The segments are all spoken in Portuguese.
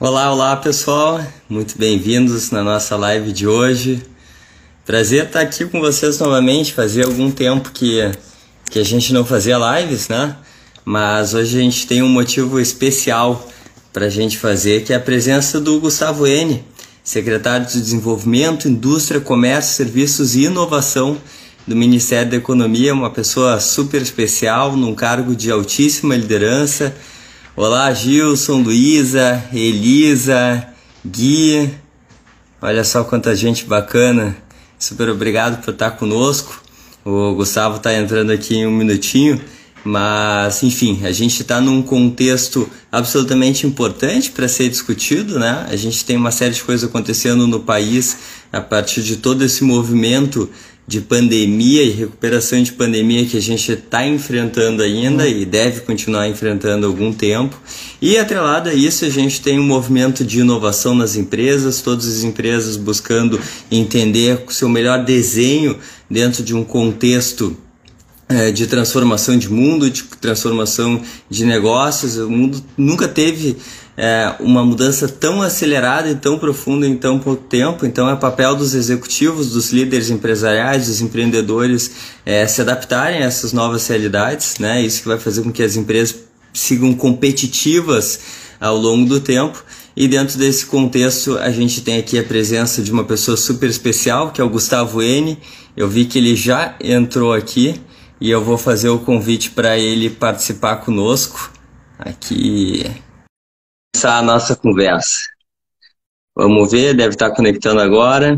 Olá, olá pessoal, muito bem-vindos na nossa live de hoje. Prazer estar aqui com vocês novamente. Fazia algum tempo que a gente não fazia lives, né? Mas hoje a gente tem um motivo especial para a gente fazer, que é a presença do Gustavo Henni, secretário de Desenvolvimento, Indústria, Comércio, Serviços e Inovação do Ministério da Economia, uma pessoa super especial, num cargo de altíssima liderança. Olá, Gilson, Luísa, Elisa, Gui, olha só quanta gente bacana, super obrigado por estar conosco. O Gustavo está entrando aqui em um minutinho, mas enfim, a gente está num contexto absolutamente importante para ser discutido, né? A gente tem uma série de coisas acontecendo no país a partir de todo esse movimento de pandemia e recuperação de pandemia que a gente está enfrentando ainda e deve continuar enfrentando há algum tempo. E atrelado a isso, a gente tem um movimento de inovação nas empresas, todas as empresas buscando entender o seu melhor desenho dentro de um contexto de transformação de mundo, de transformação de negócios. O mundo nunca teve uma mudança tão acelerada e tão profunda em tão pouco tempo. Então é papel dos executivos, dos líderes empresariais, dos empreendedores se adaptarem a essas novas realidades, né? Isso que vai fazer com que as empresas sigam competitivas ao longo do tempo. E dentro desse contexto a gente tem aqui a presença de uma pessoa super especial, que é o Gustavo Henni. Eu vi que ele já entrou aqui e eu vou fazer o convite para ele participar conosco aqui, começar a nossa conversa. Vamos ver, deve estar conectando agora.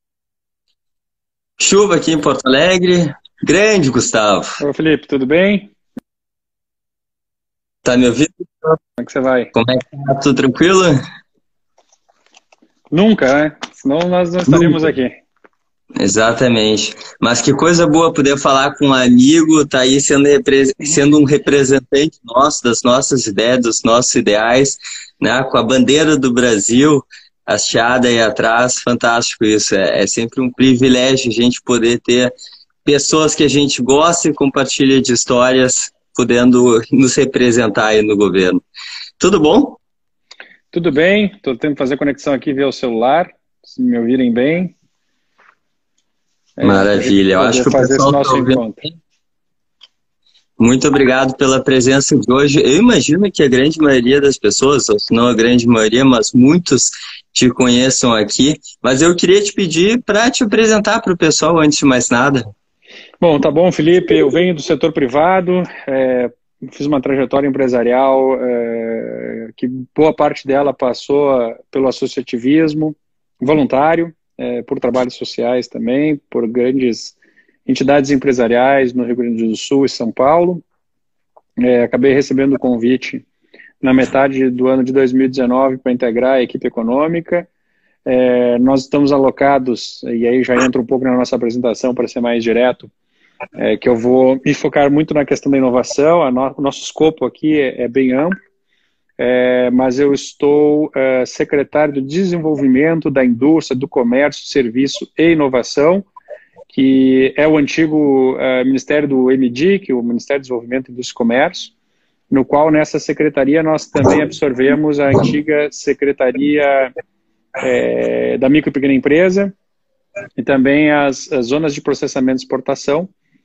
Chuva aqui em Porto Alegre. Grande, Gustavo. Oi, Felipe, tudo bem? Tá me ouvindo? Como é que você vai? Como é que tá? Tudo tranquilo? Nunca, né? Senão nós não estaríamos aqui. Exatamente. Mas que coisa boa poder falar com um amigo, tá aí sendo um representante nosso, das nossas ideias, dos nossos ideais, né? Com a bandeira do Brasil hasteada aí atrás. Fantástico isso. É sempre um privilégio a gente poder ter pessoas que a gente gosta e compartilha de histórias, podendo nos representar aí no governo. Tudo bom? Tudo bem. Estou tentando fazer conexão aqui via o celular, se me ouvirem bem. Maravilha. Eu acho que o pessoal está ouvindo. Muito obrigado pela presença de hoje. Eu imagino que a grande maioria das pessoas, ou se não a grande maioria, mas muitos te conheçam aqui. Mas eu queria te pedir para te apresentar para o pessoal antes de mais nada. Bom, tá bom, Felipe. Eu venho do setor privado, fiz uma trajetória empresarial que boa parte dela passou pelo associativismo voluntário, por trabalhos sociais também, por grandes entidades empresariais no Rio Grande do Sul e São Paulo. Acabei recebendo o convite na metade do ano de 2019 para integrar a equipe econômica. Nós estamos alocados, e aí já entra um pouco na nossa apresentação para ser mais direto, que eu vou me focar muito na questão da inovação. O nosso escopo aqui é bem amplo. Mas eu estou secretário do Desenvolvimento da Indústria, do Comércio, Serviço e Inovação, que é o antigo Ministério do MDIC, o Ministério do Desenvolvimento, Indústria e Comércio, no qual nessa secretaria nós também absorvemos a antiga Secretaria da Micro e Pequena Empresa e também as zonas de processamento e exportação.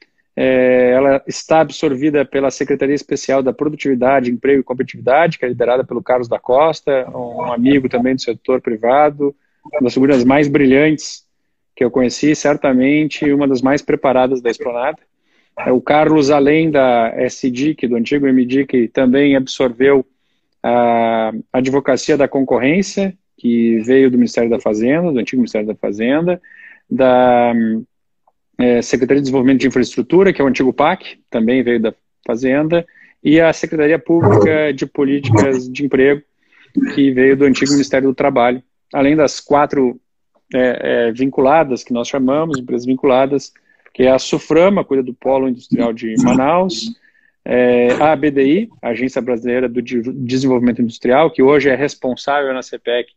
Ela está absorvida pela Secretaria Especial da Produtividade, Emprego e Competitividade, que é liderada pelo Carlos da Costa, um amigo também do setor privado, uma das figuras mais brilhantes que eu conheci, certamente uma das mais preparadas da Esplanada. O Carlos, além da SDIC, do antigo MDIC, também absorveu a Advocacia da Concorrência, que veio do Ministério da Fazenda, do antigo Ministério da Fazenda, da Secretaria de Desenvolvimento de Infraestrutura, que é o antigo PAC, também veio da Fazenda, e a Secretaria Pública de Políticas de Emprego, que veio do antigo Ministério do Trabalho, além das 4 vinculadas, que nós chamamos, empresas vinculadas, que é a Suframa, cuida do Polo Industrial de Manaus, a ABDI, a Agência Brasileira do Desenvolvimento Industrial, que hoje é responsável na CPEC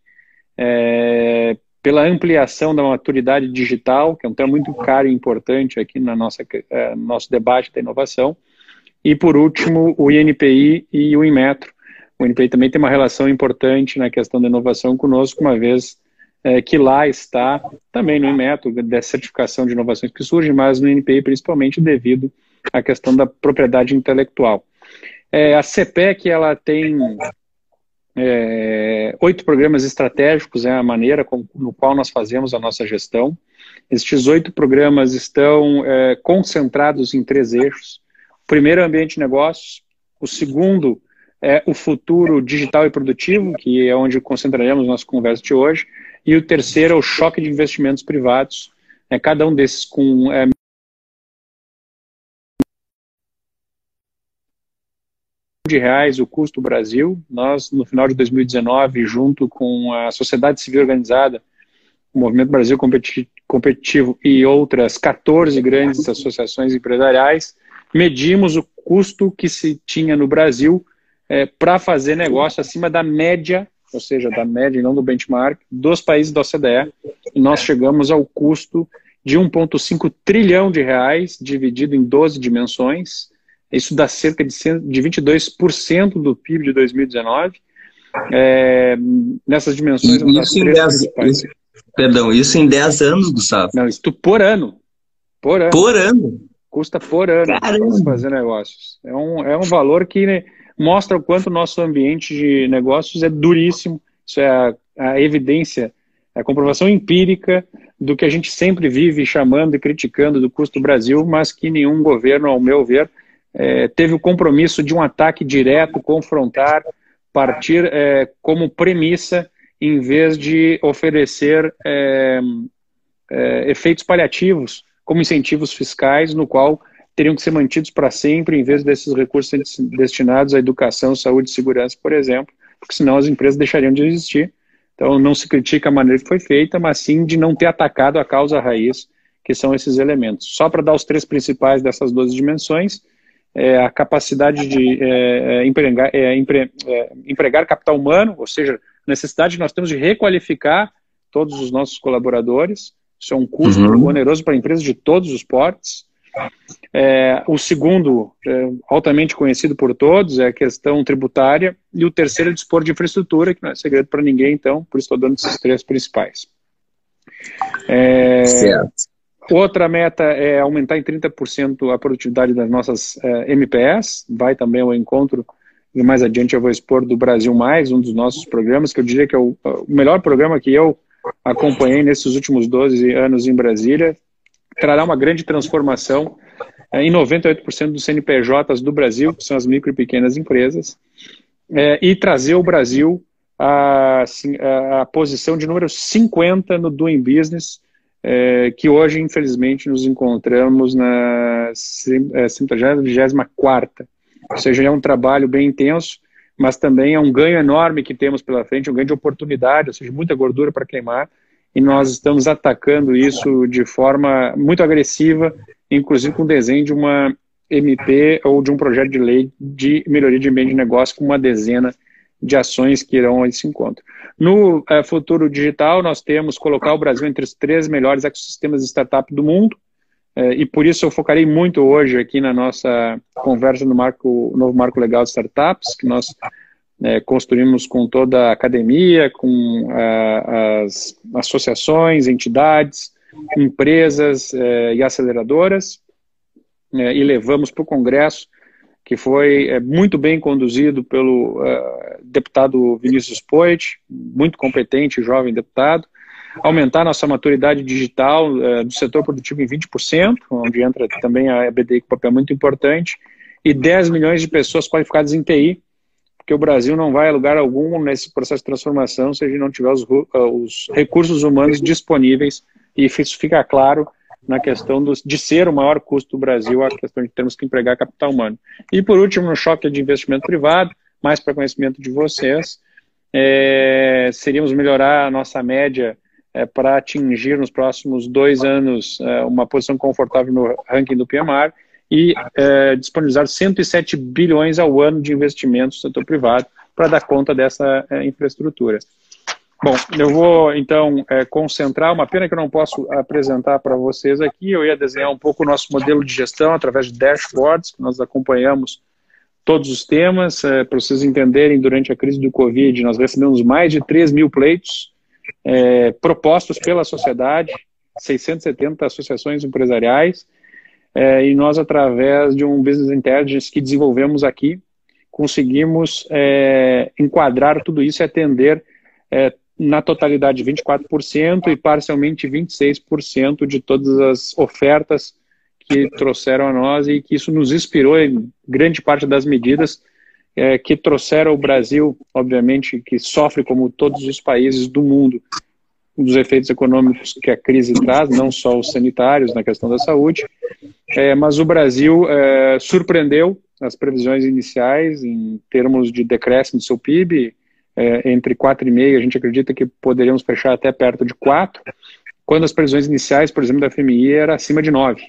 pela ampliação da maturidade digital, que é um tema muito caro e importante aqui na nosso debate da inovação, e por último o INPI e o Inmetro, o NPI também tem uma relação importante na questão da inovação conosco, uma vez que lá está também no Inmetro, da certificação de inovações que surgem, mas no NPI principalmente devido à questão da propriedade intelectual. A CPEC, ela tem 8 programas estratégicos, é a maneira no qual nós fazemos a nossa gestão. Estes 8 programas estão concentrados em 3 eixos. O primeiro é o ambiente de negócios, o segundo é o futuro digital e produtivo, que é onde concentraremos nossa conversa de hoje, e o terceiro é o choque de investimentos privados, cada um desses com R$1 o custo do Brasil. Nós, no final de 2019, junto com a sociedade civil organizada, o Movimento Brasil Competitivo e outras 14 grandes associações empresariais, medimos o custo que se tinha no Brasil para fazer negócio acima da média, ou seja, da média e não do benchmark, dos países da OCDE, e nós chegamos ao custo de R$1,5 trilhão dividido em 12 dimensões. Isso dá cerca de 22% do PIB de 2019. Nessas dimensões, isso em 10 anos, Gustavo? Não, isso por ano. Por ano. Por ano? Custa por ano para fazer negócios. É um valor que mostra o quanto o nosso ambiente de negócios é duríssimo. Isso é a evidência, a comprovação empírica do que a gente sempre vive chamando e criticando do custo do Brasil, mas que nenhum governo, ao meu ver, teve o compromisso de um ataque direto, confrontar, partir como premissa, em vez de oferecer efeitos paliativos, como incentivos fiscais, no qual teriam que ser mantidos para sempre, em vez desses recursos destinados à educação, saúde e segurança, por exemplo, porque senão as empresas deixariam de existir. Então não se critica a maneira que foi feita, mas sim de não ter atacado a causa raiz, que são esses elementos. Só para dar os 3 principais dessas 12 dimensões, a capacidade de empregar capital humano, ou seja, a necessidade que nós temos de requalificar todos os nossos colaboradores. Isso é um custo oneroso para empresas de todos os portes. O segundo, altamente conhecido por todos, é a questão tributária. E o terceiro é dispor de infraestrutura, que não é segredo para ninguém, então, por isso estou dando esses 3 principais. Certo. Outra meta é aumentar em 30% a produtividade das nossas MPS. Vai também ao encontro, e mais adiante eu vou expor do Brasil Mais, um dos nossos programas, que eu diria que é o melhor programa que eu acompanhei nesses últimos 12 anos em Brasília. Trará uma grande transformação em 98% dos CNPJs do Brasil, que são as micro e pequenas empresas, e trazer o Brasil a posição de número 50 no Doing Business, que hoje, infelizmente, nos encontramos na 54ª. Ou seja, é um trabalho bem intenso, mas também é um ganho enorme que temos pela frente, um ganho de oportunidade, ou seja, muita gordura para queimar, e nós estamos atacando isso de forma muito agressiva, inclusive com o desenho de uma MP ou de um projeto de lei de melhoria de ambiente de negócio com uma dezena de ações que irão a esse encontro. No futuro digital, nós temos colocar o Brasil entre os 3 melhores ecossistemas de startup do mundo, e por isso eu focarei muito hoje aqui na nossa conversa no novo marco legal de startups, que nós construímos com toda a academia, com as associações, entidades, empresas e aceleradoras, e levamos para o Congresso, que foi muito bem conduzido pelo deputado Vinícius Poit, muito competente, jovem deputado, aumentar nossa maturidade digital do setor produtivo em 20%, onde entra também a EBDI com um papel muito importante, e 10 milhões de pessoas qualificadas em TI, porque o Brasil não vai a lugar algum nesse processo de transformação se a gente não tiver os recursos humanos disponíveis, e isso fica claro na questão de ser o maior custo do Brasil, a questão de termos que empregar capital humano. E por último, no choque de investimento privado, mais para conhecimento de vocês, seríamos melhorar a nossa média para atingir nos próximos 2 anos uma posição confortável no ranking do PMR e disponibilizar 107 bilhões ao ano de investimentos no setor privado para dar conta dessa infraestrutura. Bom, eu vou então concentrar, uma pena que eu não posso apresentar para vocês aqui, eu ia desenhar um pouco o nosso modelo de gestão através de dashboards, que nós acompanhamos todos os temas. Para vocês entenderem, durante a crise do Covid, nós recebemos mais de 3 mil pleitos propostos pela sociedade, 670 associações empresariais, e nós, através de um Business Intelligence que desenvolvemos aqui, conseguimos enquadrar tudo isso e atender na totalidade 24% e parcialmente 26% de todas as ofertas que trouxeram a nós, e que isso nos inspirou em grande parte das medidas que trouxeram o Brasil, obviamente, que sofre como todos os países do mundo dos efeitos econômicos que a crise traz, não só os sanitários na questão da saúde, mas o Brasil surpreendeu as previsões iniciais em termos de decréscimo do seu PIB, entre 4,5%, a gente acredita que poderíamos fechar até perto de 4%, quando as previsões iniciais, por exemplo, da FMI era acima de 9%.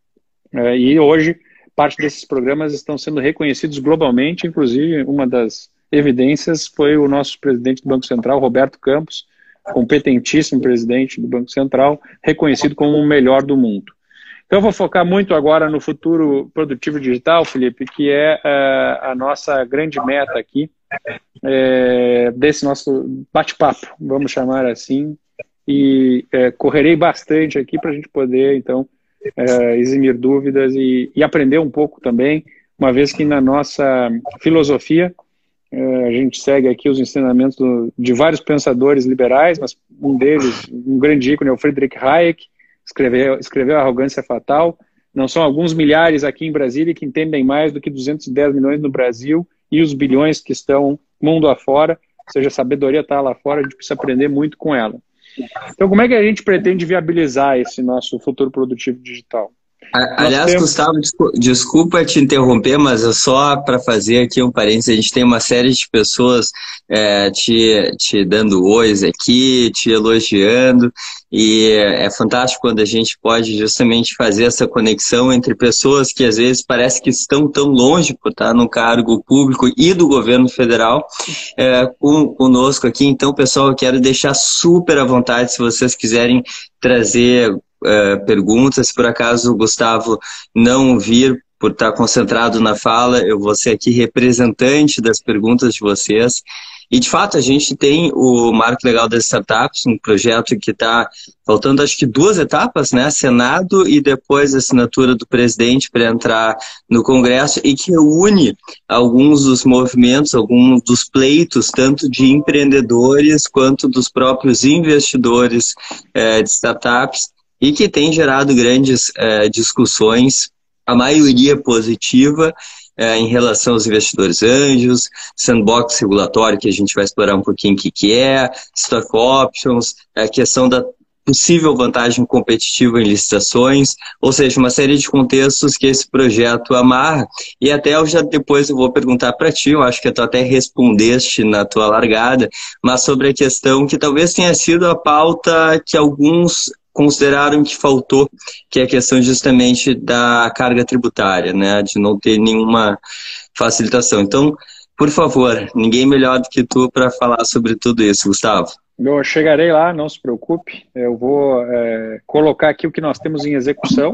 E hoje, parte desses programas estão sendo reconhecidos globalmente, inclusive uma das evidências foi o nosso presidente do Banco Central, Roberto Campos, competentíssimo presidente do Banco Central, reconhecido como o melhor do mundo. Então eu vou focar muito agora no futuro produtivo digital, Felipe, que é a nossa grande meta aqui, desse nosso bate-papo, vamos chamar assim, e correrei bastante aqui para a gente poder, então, eximir dúvidas e aprender um pouco também, uma vez que na nossa filosofia a gente segue aqui os ensinamentos de vários pensadores liberais, mas um deles, um grande ícone, é o Friedrich Hayek, escreveu A Arrogância Fatal. Não são alguns milhares aqui em Brasília que entendem mais do que 210 milhões no Brasil e os bilhões que estão mundo afora, ou seja, a sabedoria está lá fora, a gente precisa aprender muito com ela. Então, como é que a gente pretende viabilizar esse nosso futuro produtivo digital? Aliás, Gustavo, desculpa te interromper, mas é só para fazer aqui um parênteses, a gente tem uma série de pessoas te dando ois aqui, te elogiando, e é fantástico quando a gente pode justamente fazer essa conexão entre pessoas que às vezes parece que estão tão longe por estar no cargo público e do governo federal conosco aqui. Então, pessoal, eu quero deixar super à vontade se vocês quiserem trazer perguntas. Se por acaso o Gustavo não vir por estar concentrado na fala, eu vou ser aqui representante das perguntas de vocês. E de fato a gente tem o Marco Legal das Startups, um projeto que está faltando acho que 2 etapas, né? Senado e depois a assinatura do presidente para entrar no Congresso, e que reúne alguns dos movimentos, alguns dos pleitos, tanto de empreendedores quanto dos próprios investidores de startups, e que tem gerado grandes discussões, a maioria positiva, em relação aos investidores anjos, sandbox regulatório, que a gente vai explorar um pouquinho o que é, stock options, a questão da possível vantagem competitiva em licitações, ou seja, uma série de contextos que esse projeto amarra. E até depois eu vou perguntar para ti, eu acho que tu até respondeste na tua largada, mas sobre a questão que talvez tenha sido a pauta que alguns consideraram que faltou, que é a questão justamente da carga tributária, né, de não ter nenhuma facilitação. Então, por favor, ninguém melhor do que tu para falar sobre tudo isso, Gustavo. Eu chegarei lá, não se preocupe. Eu vou colocar aqui o que nós temos em execução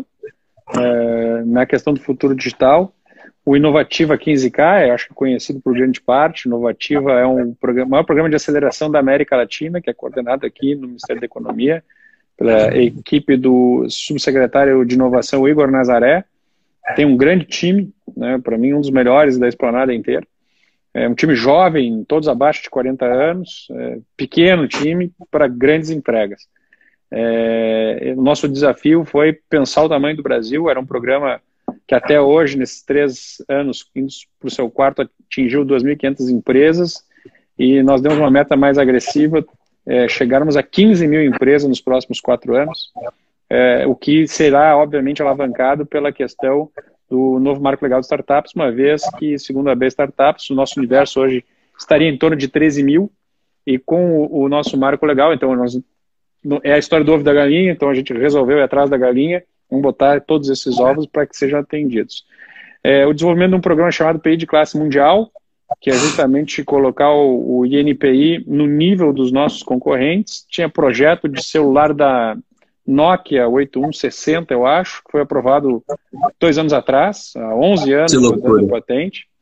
na questão do futuro digital. O Inovativa 15K, acho que conhecido por grande parte. Inovativa é o maior programa de aceleração da América Latina, que é coordenado aqui no Ministério da Economia, pela equipe do subsecretário de Inovação, Igor Nazaré. Tem um grande time, né, para mim um dos melhores da Esplanada inteira. É um time jovem, todos abaixo de 40 anos, pequeno time para grandes entregas. O nosso desafio foi pensar o tamanho do Brasil. Era um programa que até hoje, nesses 3 anos, indo para o seu quarto, atingiu 2.500 empresas, e nós demos uma meta mais agressiva, chegarmos a 15 mil empresas nos próximos 4 anos, o que será, obviamente, alavancado pela questão do novo Marco Legal de Startups, uma vez que, segundo a B Startups, o nosso universo hoje estaria em torno de 13 mil, e com o nosso Marco Legal, então, é a história do ovo e da galinha, então a gente resolveu ir atrás da galinha, vamos botar todos esses ovos para que sejam atendidos. O desenvolvimento de um programa chamado PI de classe mundial, que é justamente colocar o INPI no nível dos nossos concorrentes. Tinha projeto de celular da Nokia 8160, eu acho, que foi aprovado 2 anos atrás, há 11 anos, a patente.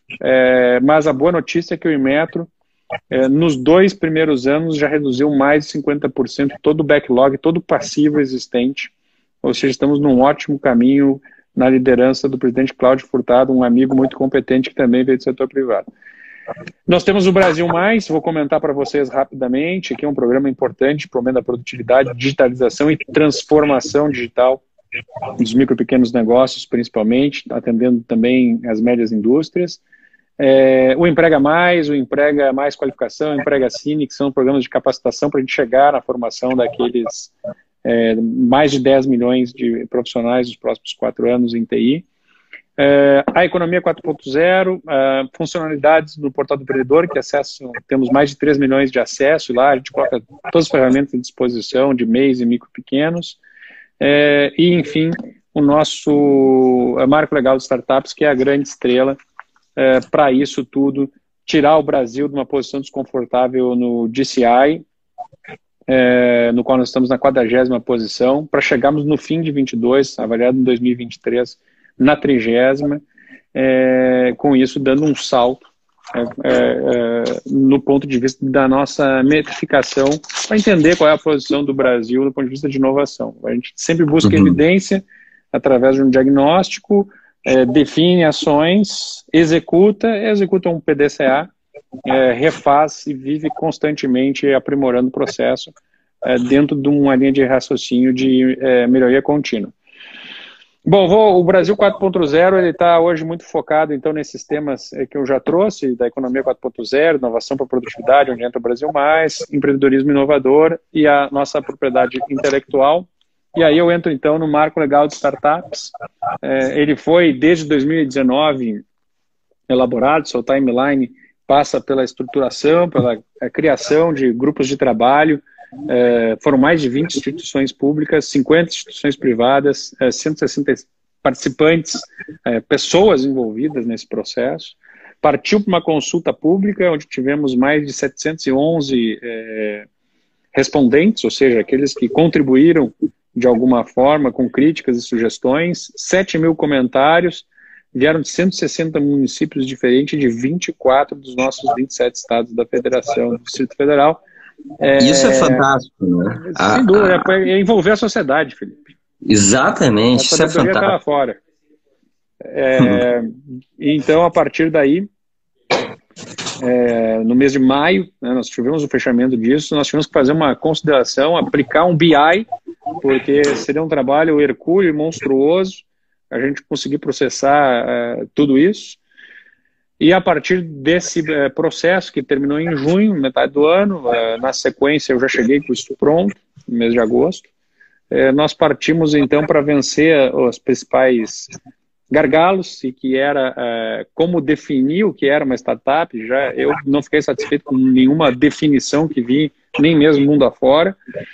mas a boa notícia é que o Inmetro, nos 2 primeiros anos, já reduziu mais de 50% todo o backlog, todo o passivo existente, ou seja, estamos num ótimo caminho na liderança do presidente Cláudio Furtado, um amigo muito competente que também veio do setor privado. Nós temos o Brasil Mais, vou comentar para vocês rapidamente, aqui é um programa importante para o aumento da produtividade, digitalização e transformação digital dos micro e pequenos negócios, principalmente, atendendo também as médias indústrias. O Emprega Mais, o Emprega Mais Qualificação, o Emprega Cine, que são programas de capacitação para a gente chegar na formação daqueles mais de 10 milhões de profissionais nos próximos 4 anos em TI. A Economia 4.0, funcionalidades no Portal do Empreendedor, que temos mais de 3 milhões de acesso, e lá a gente coloca todas as ferramentas à disposição de MEIs e micro pequenos. E, enfim, o nosso marco legal de startups, que é a grande estrela para isso tudo, tirar o Brasil de uma posição desconfortável no DCI, no qual nós estamos na 40ª posição, para chegarmos no fim de 22, avaliado em 2023, na 30ª, com isso dando um salto no ponto de vista da nossa metrificação, para entender qual é a posição do Brasil do ponto de vista de inovação. A gente sempre busca evidência através de um diagnóstico, define ações, executa um PDCA, refaz e vive constantemente aprimorando o processo dentro de uma linha de raciocínio de melhoria contínua. Bom, o Brasil 4.0, ele está hoje muito focado, então, nesses temas que eu já trouxe, da economia 4.0, inovação para produtividade, onde entra o Brasil Mais, empreendedorismo inovador e a nossa propriedade intelectual. E aí eu entro, então, no marco legal de startups. Ele foi, desde 2019, elaborado, seu timeline passa pela estruturação, pela criação de grupos de trabalho. Foram mais de 20 instituições públicas, 50 instituições privadas, 160 participantes, pessoas envolvidas nesse processo. Partiu para uma consulta pública, onde tivemos mais de 711 respondentes, ou seja, aqueles que contribuíram de alguma forma com críticas e sugestões, 7 mil comentários, vieram de 160 municípios diferentes, de 24 dos nossos 27 estados da Federação do Distrito Federal. Isso é fantástico, né? Sem dúvida, é envolver a sociedade, Felipe. Exatamente, isso é fantástico. Tá lá fora. Então, a partir daí, no mês de maio, né, nós tivemos o fechamento disso, nós tivemos que fazer uma consideração, aplicar um BI, porque seria um trabalho hercúleo e monstruoso, a gente conseguir processar tudo isso. E a partir desse processo, que terminou em junho, metade do ano, na sequência eu já cheguei com isso pronto, no mês de agosto, nós partimos então para vencer os principais gargalos, e que era como definir o que era uma startup. Eu não fiquei satisfeito com nenhuma definição que vi, nem mesmo mundo afora.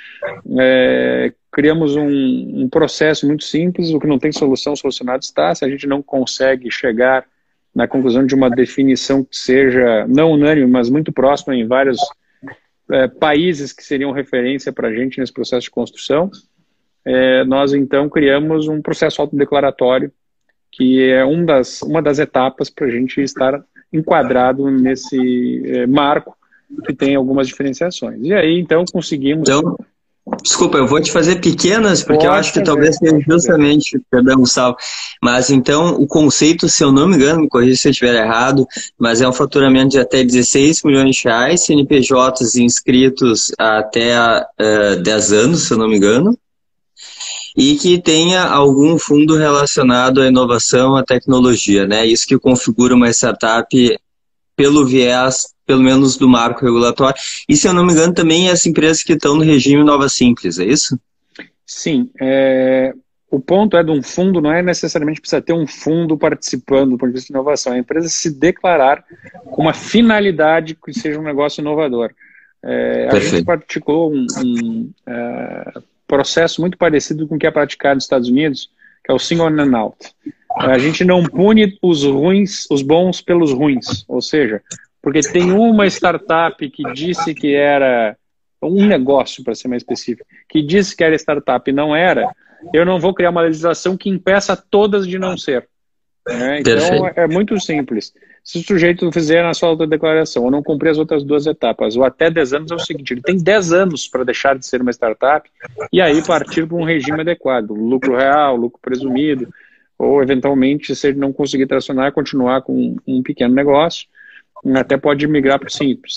Criamos um processo muito simples, o que não tem solução, solucionado está. Se a gente não consegue chegar na conclusão de uma definição que seja não unânime, mas muito próxima em vários países que seriam referência para a gente nesse processo de construção, nós então criamos um processo autodeclaratório, que é uma das etapas para a gente estar enquadrado nesse marco que tem algumas diferenciações. E aí então conseguimos... Então, desculpa, eu vou te fazer pequenas, porque eu acho que talvez seja justamente, perdão, Gustavo, mas então o conceito, se eu não me engano, me corrija se eu estiver errado, mas é um faturamento de até 16 milhões de reais, CNPJs inscritos até 10 anos, se eu não me engano, e que tenha algum fundo relacionado à inovação, à tecnologia, né? Isso que configura uma startup pelo viés, pelo menos do marco regulatório. E, se eu não me engano, também as empresas que estão no regime Nova Simples, é isso? Sim. O ponto de um fundo, não é necessariamente precisa ter um fundo participando do ponto de vista de inovação. A empresa se declarar com uma finalidade que seja um negócio inovador. A gente praticou um processo muito parecido com o que é praticado nos Estados Unidos, que é o single in and out. A gente não pune os bons pelos ruins, ou seja, porque tem uma startup que disse que era um negócio, para ser mais específico, que disse que era startup e não era, eu não vou criar uma legislação que impeça todas de não ser. Então é muito simples. Se o sujeito fizer na sua autodeclaração ou não cumprir as outras 2 etapas, ou até 10 anos, é o seguinte, ele tem 10 anos para deixar de ser uma startup e aí partir para um regime adequado, lucro real, lucro presumido, ou eventualmente, se ele não conseguir tracionar, continuar com um pequeno negócio, até pode migrar para o simples.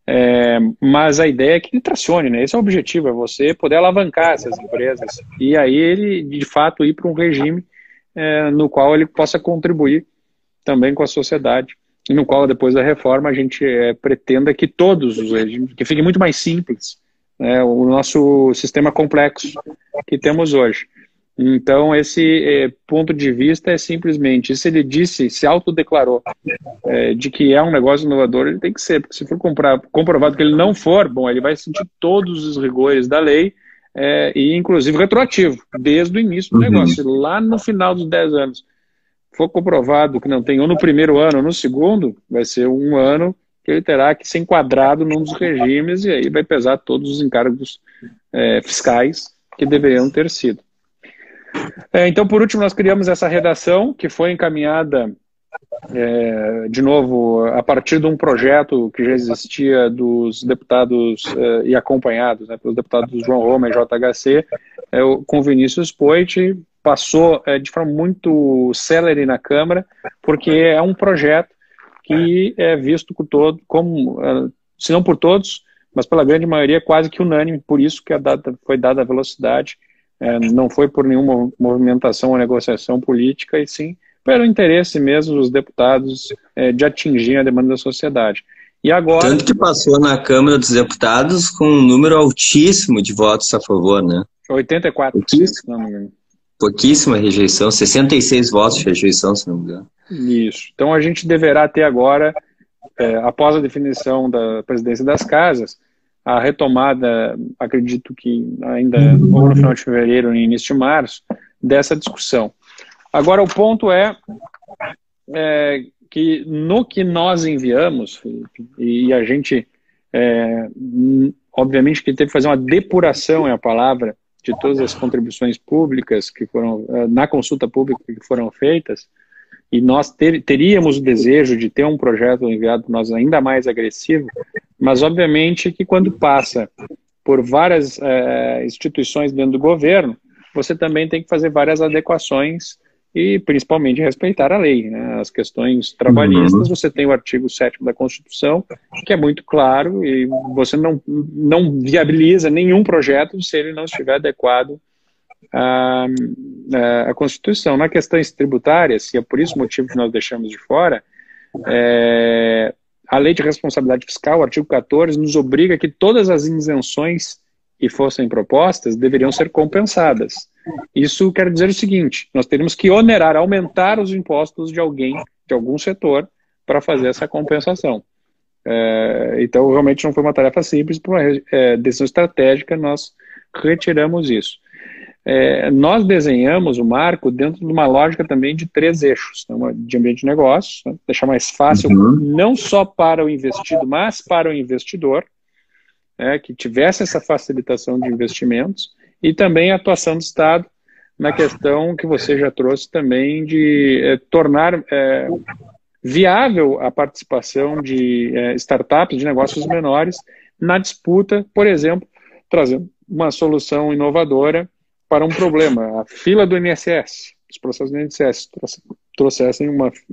Mas a ideia é que ele tracione, né? Esse é o objetivo, é você poder alavancar essas empresas e aí ele, de fato, ir para um regime no qual ele possa contribuir também com a sociedade, e no qual, depois da reforma, a gente pretenda que todos os regimes, que fique muito mais simples, né, o nosso sistema complexo que temos hoje. Então, esse ponto de vista é simplesmente, se ele se autodeclarou de que é um negócio inovador, ele tem que ser, porque se for comprovado que ele não for, bom, ele vai sentir todos os rigores da lei, e inclusive retroativo, desde o início do negócio, lá no final dos 10 anos. For comprovado que não tem ou no primeiro ano ou no segundo, vai ser um ano que ele terá que ser enquadrado num dos regimes e aí vai pesar todos os encargos fiscais que deveriam ter sido. Então, por último, nós criamos essa redação que foi encaminhada, de novo, a partir de um projeto que já existia dos deputados e acompanhados, né, pelos deputados João Roma e JHC, com Vinícius Poit, passou de forma muito célere na Câmara, porque é um projeto que é visto como, se não por todos, mas pela grande maioria, quase que unânime, por isso que foi dada a velocidade, não foi por nenhuma movimentação ou negociação política, e sim pelo interesse mesmo dos deputados de atingir a demanda da sociedade. E agora... Tanto que passou na Câmara dos Deputados com um número altíssimo de votos a favor, né? 84, se não me engano. Pouquíssima rejeição, 66 votos de rejeição, se não me engano. Isso. Então a gente deverá ter agora, após a definição da presidência das casas, a retomada, acredito que ainda ou no final de fevereiro ou no início de março, dessa discussão. Agora o ponto é que no que nós enviamos, Felipe, e a gente, obviamente que teve que fazer uma depuração, é a palavra, de todas as contribuições públicas que foram, na consulta pública que foram feitas, e nós teríamos o desejo de ter um projeto enviado por nós ainda mais agressivo, mas obviamente que quando passa por várias instituições dentro do governo, você também tem que fazer várias adequações e principalmente respeitar a lei, né? As questões trabalhistas, você tem o artigo 7º da Constituição, que é muito claro, e você não viabiliza nenhum projeto se ele não estiver adequado à Constituição. Na questões tributárias, e é por isso o motivo que nós deixamos de fora, a Lei de Responsabilidade Fiscal, o artigo 14, nos obriga que todas as isenções que fossem propostas deveriam ser compensadas. Isso quer dizer o seguinte, nós teríamos que aumentar os impostos de algum setor, para fazer essa compensação. Então, realmente não foi uma tarefa simples, por uma decisão estratégica, nós retiramos isso. Nós desenhamos o marco dentro de uma lógica também de 3 eixos, né, de ambiente de negócio, né, deixar mais fácil, não só para o investido, mas para o investidor, que tivesse essa facilitação de investimentos, e também a atuação do Estado na questão que você já trouxe também de tornar viável a participação de startups, de negócios menores, na disputa, por exemplo, trazendo uma solução inovadora para um problema. A fila do INSS, os processos do INSS trouxessem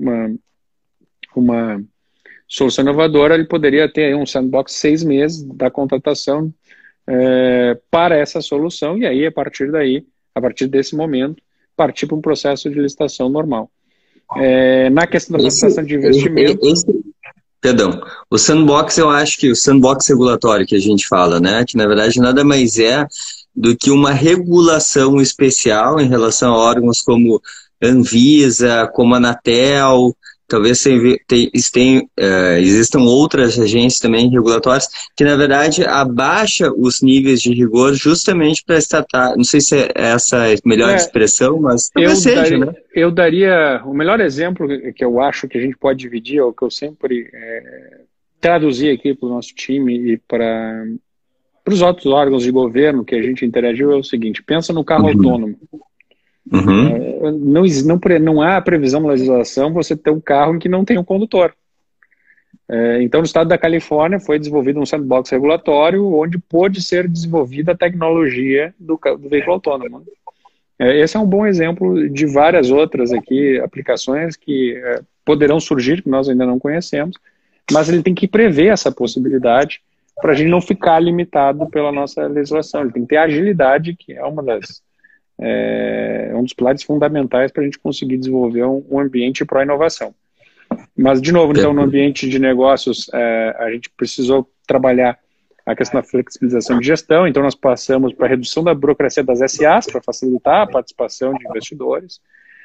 uma solução inovadora, ele poderia ter aí um sandbox 6 meses da contratação para essa solução, e aí, a partir desse momento, partir para um processo de licitação normal. Na questão da licitação de investimento... Perdão, o sandbox, eu acho que o sandbox regulatório que a gente fala, né, que na verdade nada mais é do que uma regulação especial em relação a órgãos como Anvisa, como a Anatel. Talvez existam outras agências também regulatórias que, na verdade, abaixa os níveis de rigor justamente para startup. Não sei se é essa a melhor expressão, mas talvez seja, né? Eu daria o melhor exemplo que eu acho que a gente pode dividir, ou que eu sempre traduzi aqui para o nosso time e para os outros órgãos de governo que a gente interagiu, é o seguinte: pensa no carro autônomo. Uhum. Não há previsão na legislação você ter um carro em que não tem um condutor. Então, no estado da Califórnia, foi desenvolvido um sandbox regulatório onde pôde ser desenvolvida a tecnologia do veículo autônomo. Esse é um bom exemplo de várias outras aqui, aplicações que poderão surgir, que nós ainda não conhecemos, mas ele tem que prever essa possibilidade para a gente não ficar limitado pela nossa legislação. Ele tem que ter agilidade, que é um dos pilares fundamentais para a gente conseguir desenvolver um ambiente para a inovação. Mas, de novo, então, no ambiente de negócios, a gente precisou trabalhar a questão da flexibilização de gestão, então nós passamos para a redução da burocracia das SAs, para facilitar a participação de investidores,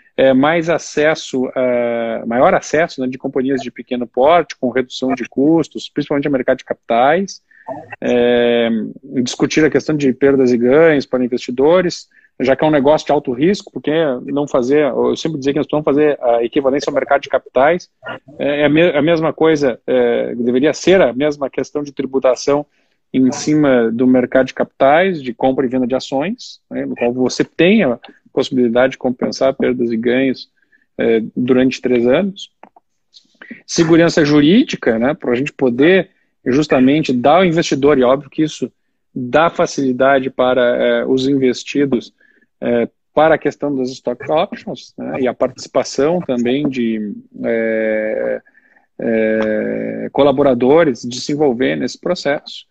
maior acesso, né, de companhias de pequeno porte, com redução de custos, principalmente no mercado de capitais, discutir a questão de perdas e ganhos para investidores, já que é um negócio de alto risco, porque não fazer, eu sempre dizia que nós precisamos fazer a equivalência ao mercado de capitais, a mesma coisa, deveria ser a mesma questão de tributação em cima do mercado de capitais, de compra e venda de ações, né, no qual você tem a possibilidade de compensar perdas e ganhos durante 3 anos. Segurança jurídica, né, para a gente poder justamente dar ao investidor, e óbvio que isso dá facilidade para os investidos para a questão das stock options, né, e a participação também de colaboradores de se envolver nesse processo.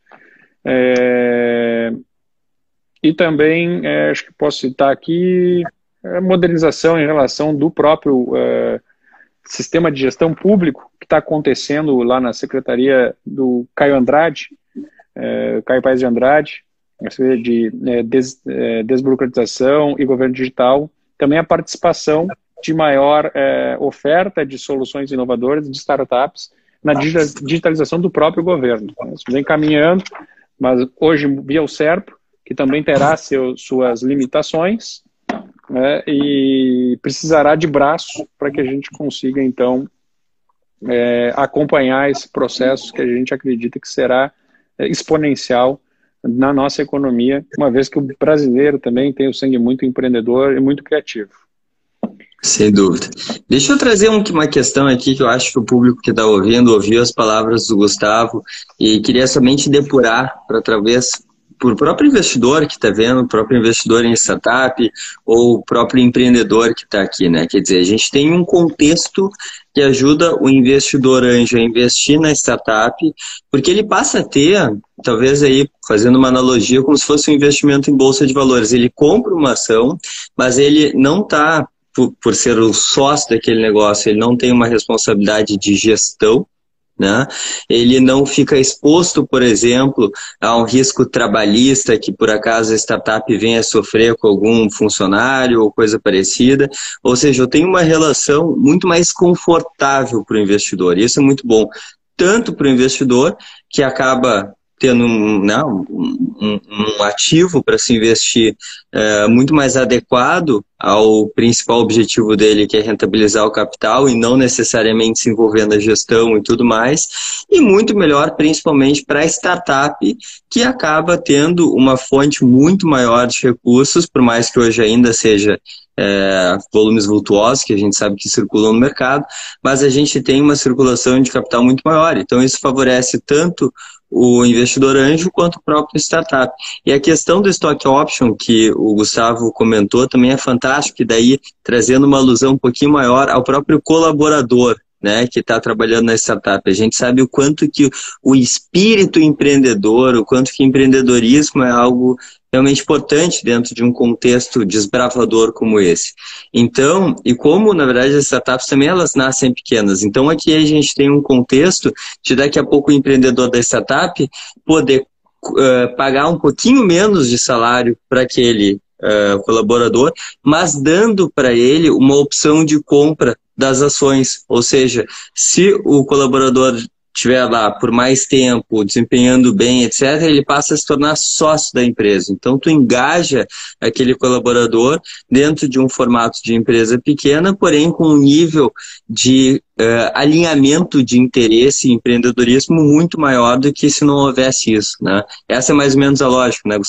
E também, acho que posso citar aqui, a modernização em relação do próprio sistema de gestão público que está acontecendo lá na Secretaria do Caio Andrade, Caio Paes de Andrade, de desburocratização e governo digital, também a participação de maior oferta de soluções inovadoras de startups na digitalização do próprio governo. Isso vem caminhando, mas hoje via o SERPRO, que também terá suas limitações, né, e precisará de braço para que a gente consiga, então, acompanhar esse processo que a gente acredita que será exponencial na nossa economia, uma vez que o brasileiro também tem o sangue muito empreendedor e muito criativo. Sem dúvida. Deixa eu trazer uma questão aqui que eu acho que o público que está ouviu as palavras do Gustavo e queria somente depurar para talvez por próprio investidor que está vendo, o próprio investidor em startup ou o próprio empreendedor que está aqui, né? Quer dizer, a gente tem um contexto que ajuda o investidor anjo a investir na startup, porque ele passa a ter, talvez aí, fazendo uma analogia, como se fosse um investimento em bolsa de valores. Ele compra uma ação, mas ele não está, por ser o sócio daquele negócio, ele não tem uma responsabilidade de gestão, né? Ele não fica exposto, por exemplo, a um risco trabalhista que por acaso a startup venha a sofrer com algum funcionário ou coisa parecida. Ou seja, eu tenho uma relação muito mais confortável para o investidor. Isso é muito bom, tanto para o investidor, que acaba tendo um ativo para se investir muito mais adequado ao principal objetivo dele, que é rentabilizar o capital e não necessariamente se envolver na gestão e tudo mais, e muito melhor principalmente para a startup, que acaba tendo uma fonte muito maior de recursos, por mais que hoje ainda seja volumes vultuosos, que a gente sabe que circulam no mercado, mas a gente tem uma circulação de capital muito maior, então isso favorece tanto o investidor anjo quanto o próprio startup. E a questão do stock option que o Gustavo comentou também é fantástico, que daí trazendo uma alusão um pouquinho maior ao próprio colaborador, né, que está trabalhando na startup. A gente sabe o quanto que o espírito empreendedor, o quanto que empreendedorismo é algo realmente importante dentro de um contexto desbravador como esse. Então, e como, na verdade, as startups também elas nascem pequenas. Então, aqui a gente tem um contexto de daqui a pouco o empreendedor da startup poder pagar um pouquinho menos de salário para aquele colaborador, mas dando para ele uma opção de compra das ações. Ou seja, se o colaborador estiver lá por mais tempo, desempenhando bem, etc., ele passa a se tornar sócio da empresa. Então, tu engaja aquele colaborador dentro de um formato de empresa pequena, porém com um nível de alinhamento de interesse e empreendedorismo muito maior do que se não houvesse isso, né? Essa é mais ou menos a lógica, né, Gustavo?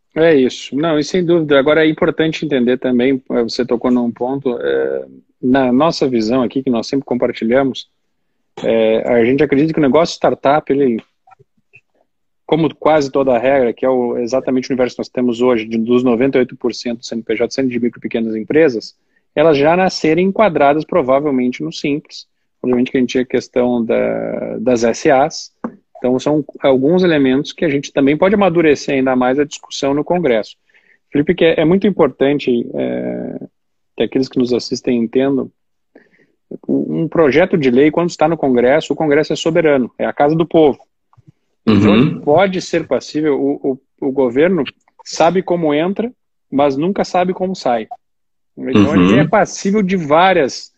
É isso. Não, e sem dúvida. Agora é importante entender também, você tocou num ponto, na nossa visão aqui, que nós sempre compartilhamos, a gente acredita que o negócio startup, ele, como quase toda a regra, que é exatamente o universo que nós temos hoje, dos 98% do CNPJ sendo de micro e pequenas empresas, elas já nascerem enquadradas provavelmente no Simples. Obviamente que a gente tinha a questão das SAs. Então são alguns elementos que a gente também pode amadurecer ainda mais a discussão no Congresso. Felipe, que é muito importante que aqueles que nos assistem entendam, um projeto de lei, quando está no Congresso, o Congresso é soberano, é a casa do povo. Então, pode ser passível, o governo sabe como entra, mas nunca sabe como sai. Então, ele é passível de várias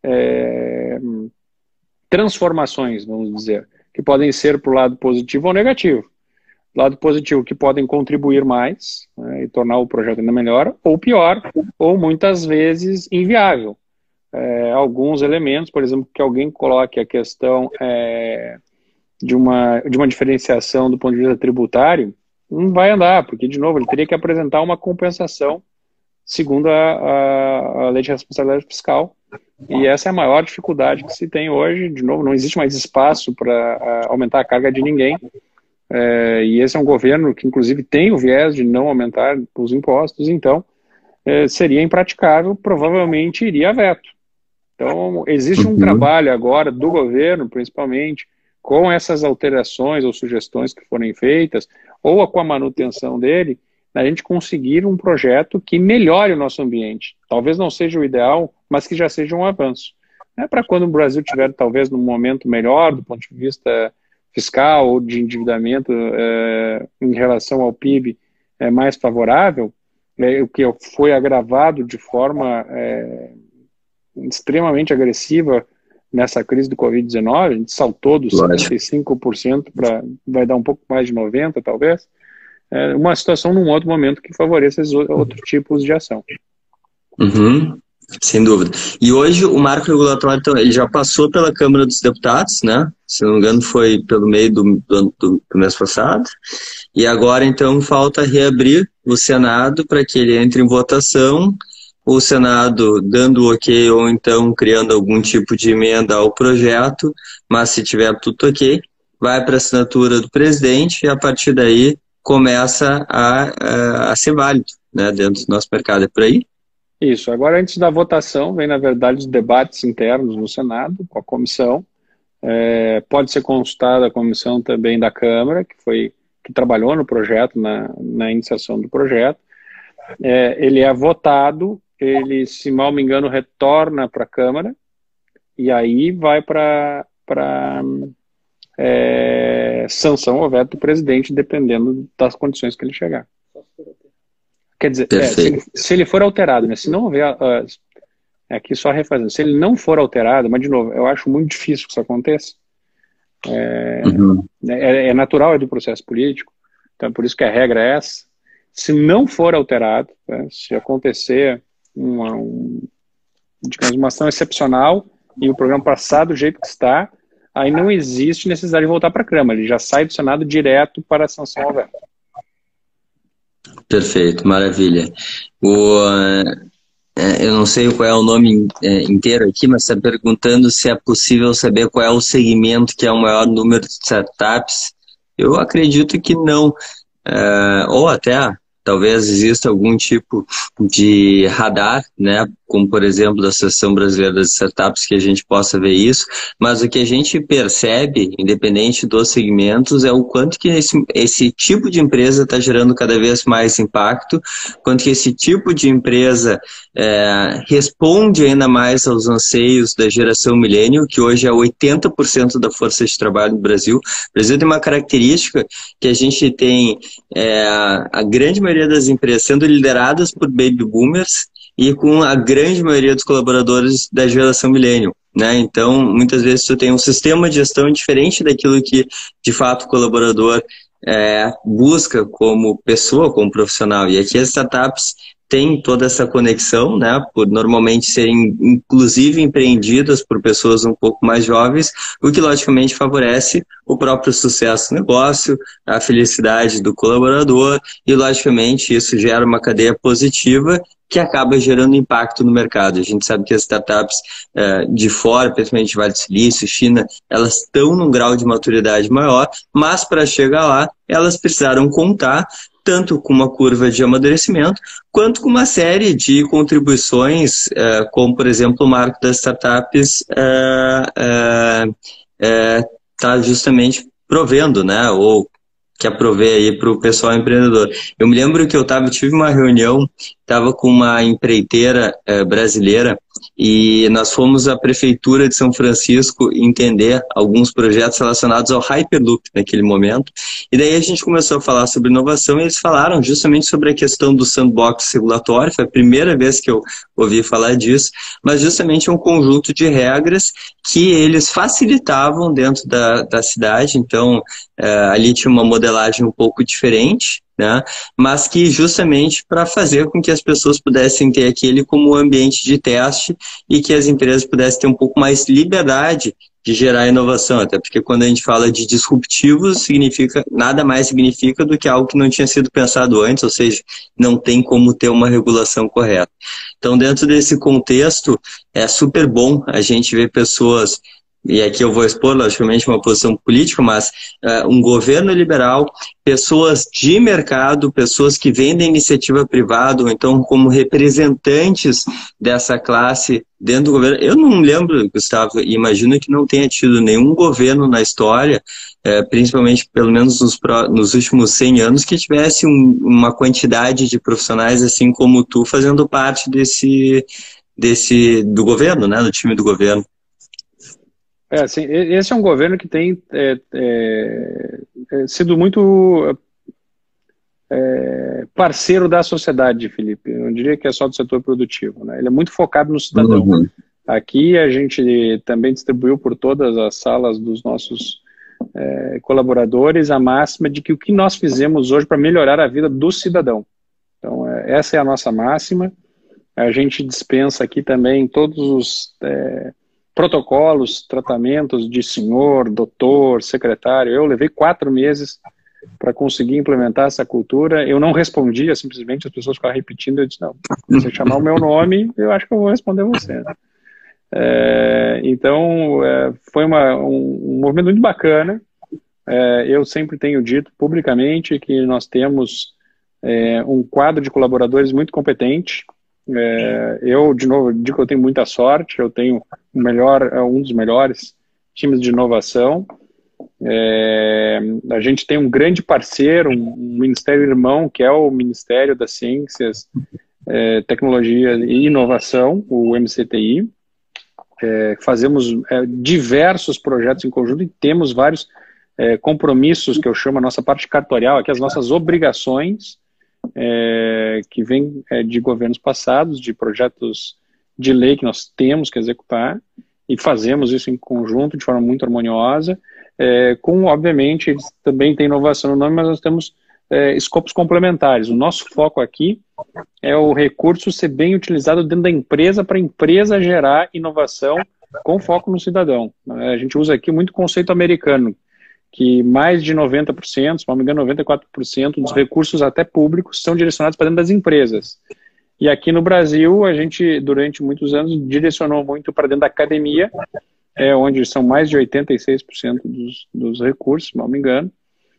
transformações, vamos dizer, que podem ser para o lado positivo ou negativo. Lado positivo, que podem contribuir mais, né, e tornar o projeto ainda melhor, ou pior, ou muitas vezes inviável. Alguns elementos, por exemplo, que alguém coloque a questão de uma diferenciação do ponto de vista tributário, não vai andar, porque, de novo, ele teria que apresentar uma compensação segundo a Lei de Responsabilidade Fiscal. E essa é a maior dificuldade que se tem hoje. De novo, não existe mais espaço para aumentar a carga de ninguém. E esse é um governo que, inclusive, tem o viés de não aumentar os impostos, então seria impraticável, provavelmente iria a veto. Então, existe um trabalho agora do governo, principalmente, com essas alterações ou sugestões que forem feitas, ou com a manutenção dele, a gente conseguir um projeto que melhore o nosso ambiente. Talvez não seja o ideal, mas que já seja um avanço. Para quando o Brasil tiver, talvez, num momento melhor, do ponto de vista fiscal ou de endividamento em relação ao PIB mais favorável, o que foi agravado de forma extremamente agressiva nessa crise do Covid-19, a gente saltou dos 75% para, vai dar um pouco mais de 90%, talvez, uma situação num outro momento que favoreça esses outros tipos de ação. Sem dúvida. E hoje o marco regulatório, então, ele já passou pela Câmara dos Deputados, né? Se não me engano, foi pelo meio do mês passado. E agora, então, falta reabrir o Senado para que ele entre em votação, o Senado dando o ok ou então criando algum tipo de emenda ao projeto, mas se tiver tudo ok, vai para a assinatura do presidente e a partir daí começa a ser válido, né, dentro do nosso mercado. É por aí? Isso. Agora, antes da votação, vem, na verdade, os debates internos no Senado, com a comissão. Pode ser consultada a comissão também da Câmara, que trabalhou no projeto, na iniciação do projeto. Ele é votado, ele, se mal me engano, retorna para a Câmara, e aí vai para sanção ou veto do presidente, dependendo das condições que ele chegar. Quer dizer, se ele for alterado, né? Se não houver, aqui só refazendo, se ele não for alterado, mas de novo, eu acho muito difícil que isso aconteça. É natural, é do processo político, então por isso que a regra é essa. Se não for alterado, né, se acontecer digamos, uma ação excepcional e o programa passar do jeito que está, aí não existe necessidade de voltar para a Câmara, ele já sai do Senado direto para a sanção ao veto. Perfeito, maravilha. Eu não sei qual é o nome inteiro aqui, mas está perguntando se é possível saber qual é o segmento que é o maior número de startups. Eu acredito que não. Ou até, talvez exista algum tipo de radar, né? Como, por exemplo, da Associação Brasileira das Startups, que a gente possa ver isso, mas o que a gente percebe, independente dos segmentos, é o quanto que esse tipo de empresa está gerando cada vez mais impacto, quanto que esse tipo de empresa responde ainda mais aos anseios da geração millennial, que hoje é 80% da força de trabalho no Brasil. O Brasil tem uma característica que a gente tem a grande maioria das empresas sendo lideradas por baby boomers, e com a grande maioria dos colaboradores da geração millennial, né? Então, muitas vezes tu tem um sistema de gestão diferente daquilo que, de fato, o colaborador busca como pessoa, como profissional. E aqui as startups tem toda essa conexão, né, por normalmente serem inclusive empreendidas por pessoas um pouco mais jovens, o que logicamente favorece o próprio sucesso do negócio, a felicidade do colaborador e logicamente isso gera uma cadeia positiva que acaba gerando impacto no mercado. A gente sabe que as startups de fora, principalmente Vale do Silício, China, elas estão num grau de maturidade maior, mas para chegar lá, elas precisaram contar tanto com uma curva de amadurecimento, quanto com uma série de contribuições, como, por exemplo, o marco das startups está justamente provendo, né, ou quer prover aí para o pessoal empreendedor. Eu me lembro que tive uma reunião, estava com uma empreiteira brasileira e nós fomos à Prefeitura de São Francisco entender alguns projetos relacionados ao Hyperloop naquele momento. E daí a gente começou a falar sobre inovação e eles falaram justamente sobre a questão do sandbox regulatório. Foi a primeira vez que eu ouvi falar disso, mas justamente um conjunto de regras que eles facilitavam dentro da cidade. Então, ali tinha uma modelagem um pouco diferente, né? Mas que justamente para fazer com que as pessoas pudessem ter aquele como ambiente de teste e que as empresas pudessem ter um pouco mais liberdade de gerar inovação, até porque quando a gente fala de disruptivos, nada mais significa do que algo que não tinha sido pensado antes, ou seja, não tem como ter uma regulação correta. Então, dentro desse contexto, é super bom a gente ver pessoas, e aqui eu vou expor, logicamente, uma posição política, mas um governo liberal, pessoas de mercado, pessoas que vêm da iniciativa privada, ou então como representantes dessa classe dentro do governo. Eu não lembro, Gustavo, e imagino que não tenha tido nenhum governo na história, principalmente pelo menos nos últimos 100 anos, que tivesse uma quantidade de profissionais assim como tu fazendo parte do governo, né, do time do governo. Assim, esse é um governo que tem sido muito parceiro da sociedade, Felipe. Eu não diria que é só do setor produtivo, né? Ele é muito focado no cidadão. Uhum. Aqui a gente também distribuiu por todas as salas dos nossos colaboradores a máxima de que o que nós fizemos hoje para melhorar a vida do cidadão. Então, essa é a nossa máxima. A gente dispensa aqui também todos os protocolos, tratamentos de senhor, doutor, secretário. Eu levei 4 meses para conseguir implementar essa cultura. Eu não respondia, simplesmente as pessoas ficavam repetindo. Eu disse, não, se você chamar o meu nome, eu acho que eu vou responder você. Então, foi um movimento muito bacana. Eu sempre tenho dito publicamente que nós temos um quadro de colaboradores muito competente. Eu, de novo, digo que eu tenho muita sorte, eu tenho um dos melhores times de inovação. A gente tem um grande parceiro, um ministério irmão, que é o Ministério das Ciências, Tecnologia e Inovação, o MCTI. Fazemos diversos projetos em conjunto e temos vários compromissos, que eu chamo a nossa parte cartorial, aqui as nossas obrigações, que vem de governos passados, de projetos de lei que nós temos que executar, e fazemos isso em conjunto, de forma muito harmoniosa, obviamente, eles também tem inovação no nome, mas nós temos escopos complementares. O nosso foco aqui é o recurso ser bem utilizado dentro da empresa, para a empresa gerar inovação com foco no cidadão. A gente usa aqui muito conceito americano, que mais de 90%, se não me engano 94% dos recursos até públicos são direcionados para dentro das empresas. E aqui no Brasil, a gente, durante muitos anos, direcionou muito para dentro da academia, onde são mais de 86% dos recursos, se não me engano,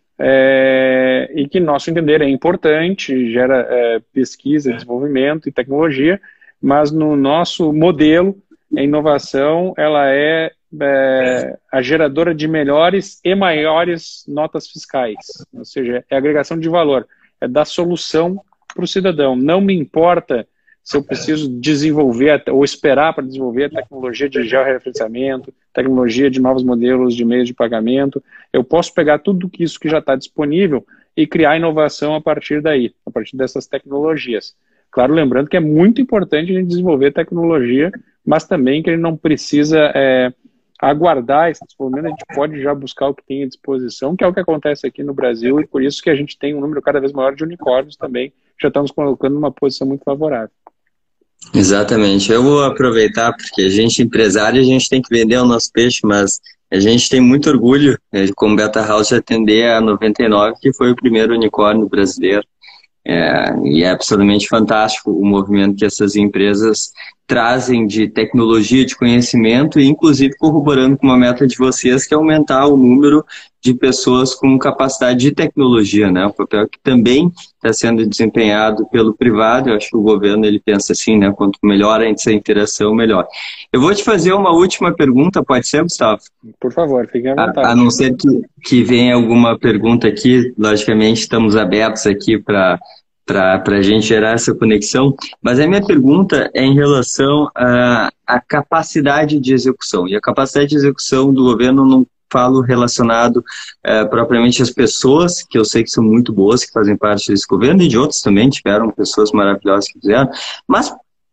e que, nosso entender, é importante, gera pesquisa, desenvolvimento e tecnologia, mas no nosso modelo, a inovação, ela é a geradora de melhores e maiores notas fiscais, ou seja, é agregação de valor, é dar solução para o cidadão. Não me importa se eu preciso desenvolver ou esperar para desenvolver a tecnologia de georreferenciamento, tecnologia de novos modelos de meios de pagamento. Eu posso pegar tudo isso que já está disponível e criar inovação a partir daí, a partir dessas tecnologias. Claro, lembrando que é muito importante a gente desenvolver tecnologia, mas também que ele não precisa aguardar esse desenvolvimento, a gente pode já buscar o que tem à disposição, que é o que acontece aqui no Brasil, e por isso que a gente tem um número cada vez maior de unicórnios também, já estamos colocando numa posição muito favorável. Exatamente. Eu vou aproveitar porque a gente, empresário, a gente tem que vender o nosso peixe, mas a gente tem muito orgulho, como Beta House, de atender a 99, que foi o primeiro unicórnio brasileiro. E é absolutamente fantástico o movimento que essas empresas trazem de tecnologia, de conhecimento, e inclusive corroborando com uma meta de vocês, que é aumentar o número de pessoas com capacidade de tecnologia, né? Um papel que também está sendo desempenhado pelo privado. Eu acho que o governo ele pensa assim, né? Quanto melhor essa interação, melhor. Eu vou te fazer uma última pergunta, pode ser, Gustavo? Por favor, fiquem à vontade. A não ser que venha alguma pergunta aqui, logicamente estamos abertos aqui para a gente gerar essa conexão, mas a minha pergunta é em relação à capacidade de execução. E a capacidade de execução do governo não falo relacionado propriamente às pessoas, que eu sei que são muito boas, que fazem parte desse governo, e de outros também, tiveram pessoas maravilhosas que fizeram, mas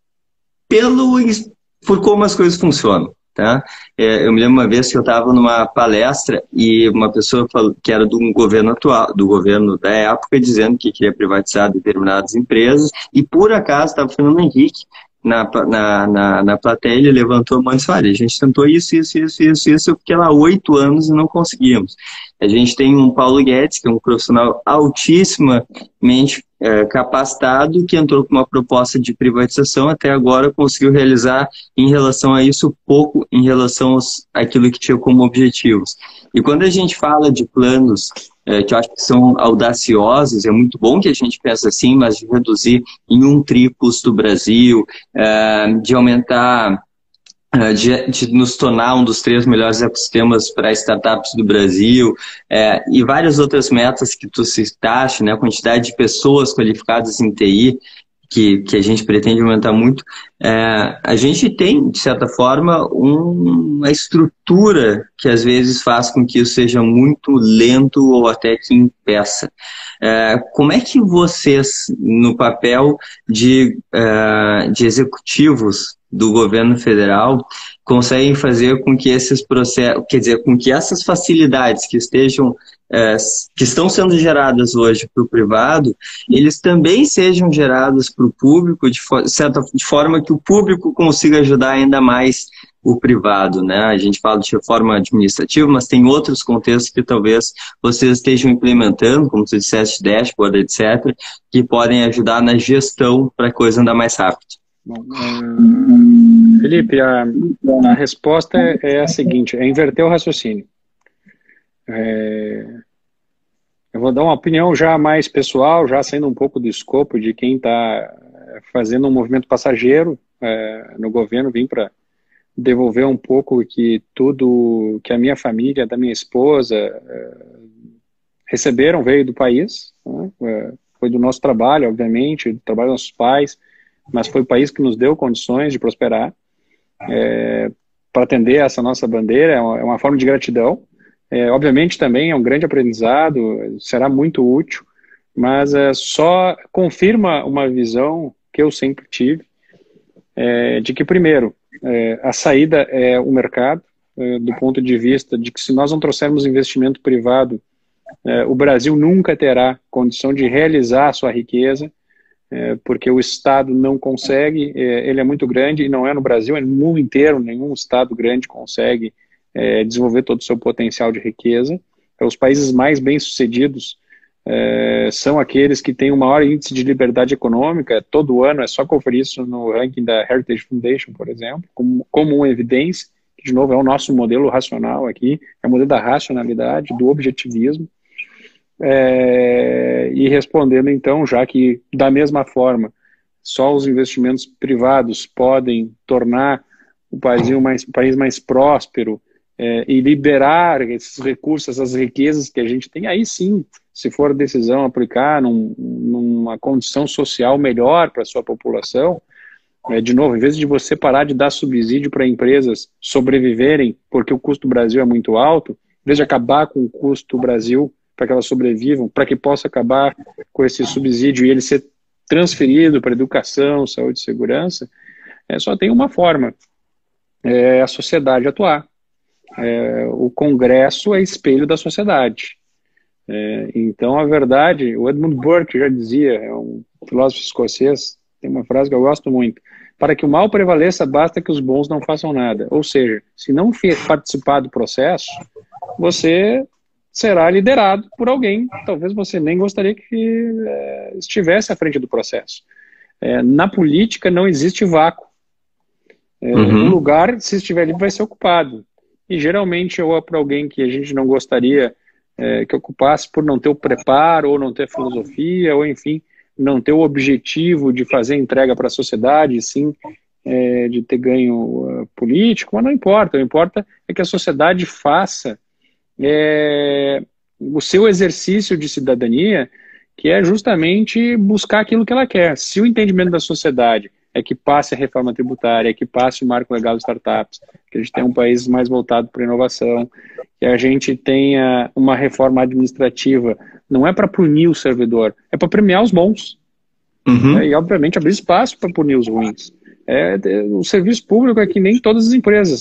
por como as coisas funcionam. Tá? Eu me lembro uma vez que eu estava numa palestra e uma pessoa falou, que era do governo atual, do governo da época, dizendo que queria privatizar determinadas empresas, e por acaso estava o Fernando Henrique na plateia, ele levantou a mão e disse: olha, a gente tentou isso, eu fiquei lá 8 anos e não conseguimos. A gente tem um Paulo Guedes, que é um profissional altissimamente capacitado, que entrou com uma proposta de privatização, até agora conseguiu realizar em relação a isso pouco em relação àquilo que tinha como objetivos. E quando a gente fala de planos que eu acho que são audaciosos, é muito bom que a gente pense assim, mas de reduzir em 1/3 custo do Brasil, de aumentar, de nos tornar um dos 3 melhores ecossistemas para startups do Brasil, e várias outras metas que tu citaste, né, a quantidade de pessoas qualificadas em TI, que a gente pretende aumentar muito. A gente tem, de certa forma, uma estrutura que às vezes faz com que isso seja muito lento ou até que impeça. Como é que vocês, no papel de executivos do governo federal, conseguem fazer com que esses processos, quer dizer, com que essas facilidades que estão sendo geradas hoje para o privado, eles também sejam gerados para o público, de forma que o público consiga ajudar ainda mais o privado, né? A gente fala de reforma administrativa, mas tem outros contextos que talvez vocês estejam implementando, como você disseste, dashboard, etc., que podem ajudar na gestão para a coisa andar mais rápido. Bom, Felipe, a resposta é a seguinte: é inverter o raciocínio. Eu vou dar uma opinião já mais pessoal, já saindo um pouco do escopo de quem está fazendo um movimento passageiro no governo. Vim para devolver um pouco que tudo que a minha família, da minha esposa, receberam veio do país, né? Foi do nosso trabalho, obviamente, do trabalho dos nossos pais, mas foi o país que nos deu condições de prosperar. Para atender essa nossa bandeira, é uma forma de gratidão. Obviamente também é um grande aprendizado, será muito útil, mas só confirma uma visão que eu sempre tive, de que, primeiro, a saída é o mercado, do ponto de vista de que, se nós não trouxermos investimento privado, o Brasil nunca terá condição de realizar a sua riqueza, porque o Estado não consegue, ele é muito grande, e não é no Brasil, é no mundo inteiro, nenhum Estado grande consegue desenvolver todo o seu potencial de riqueza. Os países mais bem-sucedidos são aqueles que têm o maior índice de liberdade econômica. Todo ano, é só conferir isso no ranking da Heritage Foundation, por exemplo, como uma evidência, que de novo é o nosso modelo racional aqui, é o modelo da racionalidade, do objetivismo. E respondendo então, já que da mesma forma só os investimentos privados podem tornar o país mais próspero, e liberar esses recursos, essas riquezas que a gente tem, aí sim, se for a decisão aplicar numa condição social melhor para a sua população, de novo, em vez de você parar de dar subsídio para empresas sobreviverem porque o custo do Brasil é muito alto, em vez de acabar com o custo do Brasil para que elas sobrevivam, para que possa acabar com esse subsídio e ele ser transferido para educação, saúde e segurança, só tem uma forma, a sociedade atuar. O Congresso é espelho da sociedade. Então, a verdade, o Edmund Burke já dizia, é um filósofo escocês, tem uma frase que eu gosto muito: para que o mal prevaleça, basta que os bons não façam nada. Ou seja, se não participar do processo, você será liderado por alguém que talvez você nem gostaria que estivesse à frente do processo. Na política não existe vácuo. O lugar, se estiver livre, vai ser ocupado. E geralmente ou é para alguém que a gente não gostaria que ocupasse por não ter o preparo, ou não ter filosofia, ou enfim, não ter o objetivo de fazer entrega para a sociedade, sim, de ter ganho político, mas não importa. O que importa é que a sociedade faça o seu exercício de cidadania, que é justamente buscar aquilo que ela quer. Se o entendimento da sociedade é que passe a reforma tributária, é que passe o marco legal de startups, que a gente tenha um país mais voltado para a inovação, que a gente tenha uma reforma administrativa, não é para punir o servidor, é para premiar os bons. E, obviamente, abrir espaço para punir os ruins. O serviço público é que nem todas as empresas.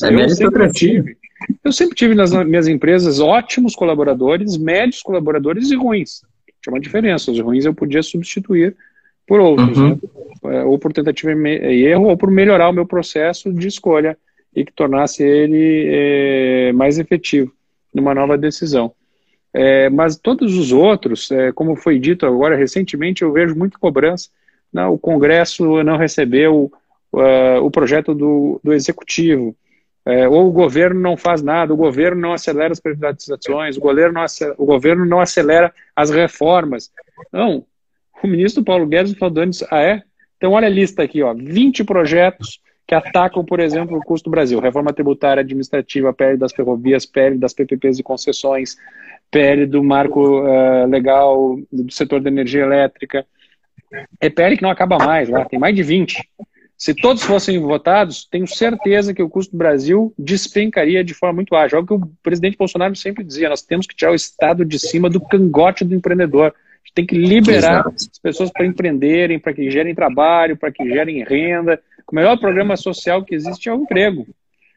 Eu sempre tive nas minhas empresas ótimos colaboradores, médios colaboradores e ruins. Tinha uma diferença. Os ruins eu podia substituir por outros, né? Ou por tentativa e erro, ou por melhorar o meu processo de escolha e que tornasse ele mais efetivo numa nova decisão. Mas todos os outros, como foi dito agora recentemente, eu vejo muita cobrança. Não, o Congresso não recebeu o projeto do Executivo, ou o governo não faz nada, o governo não acelera as privatizações, o governo não acelera as reformas. Não, o ministro Paulo Guedes falou antes, então olha a lista aqui, 20 projetos que atacam, por exemplo, o custo do Brasil: reforma tributária, administrativa, PL das ferrovias, PL das PPPs e concessões, PL do marco legal do setor da energia elétrica. PL que não acaba mais, tem mais de 20. Se todos fossem votados, tenho certeza que o custo do Brasil despencaria de forma muito ágil. É o que o presidente Bolsonaro sempre dizia: nós temos que tirar o Estado de cima do cangote do empreendedor. A gente tem que liberar as pessoas para empreenderem, para que gerem trabalho, para que gerem renda. O melhor programa social que existe é o emprego.